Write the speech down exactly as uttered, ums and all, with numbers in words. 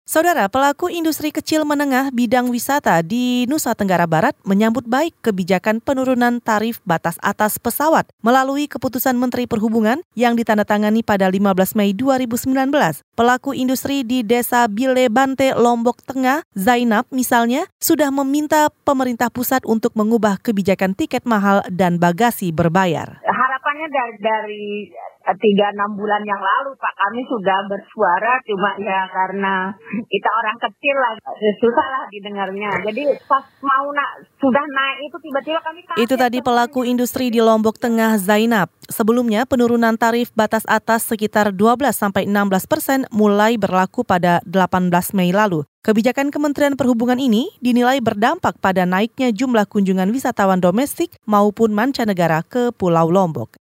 Saudara, pelaku industri kecil menengah bidang wisata di Nusa Tenggara Barat menyambut baik kebijakan penurunan tarif batas atas pesawat melalui keputusan Menteri Perhubungan yang ditandatangani pada lima belas Mei dua ribu sembilan belas. Pelaku industri di Desa Bile Bante, Lombok Tengah, Zainab misalnya, sudah meminta pemerintah pusat untuk mengubah kebijakan tiket mahal dan bagasi berbayar. Harapannya dari, dari tiga enam bulan yang lalu, Pak, kami sudah bersuara, cuma ya karena kita orang kecil lah, susah lah didengarnya. Jadi pas mau na- sudah naik itu tiba-tiba kami kaget. Itu tadi pelaku industri di Lombok Tengah, Zainab. Sebelumnya penurunan tarif batas atas sekitar dua belas sampai enam belas persen mulai berlaku pada delapan belas Mei lalu. Kebijakan Kementerian Perhubungan ini dinilai berdampak pada naiknya jumlah kunjungan wisatawan domestik maupun mancanegara ke Pulau Lombok.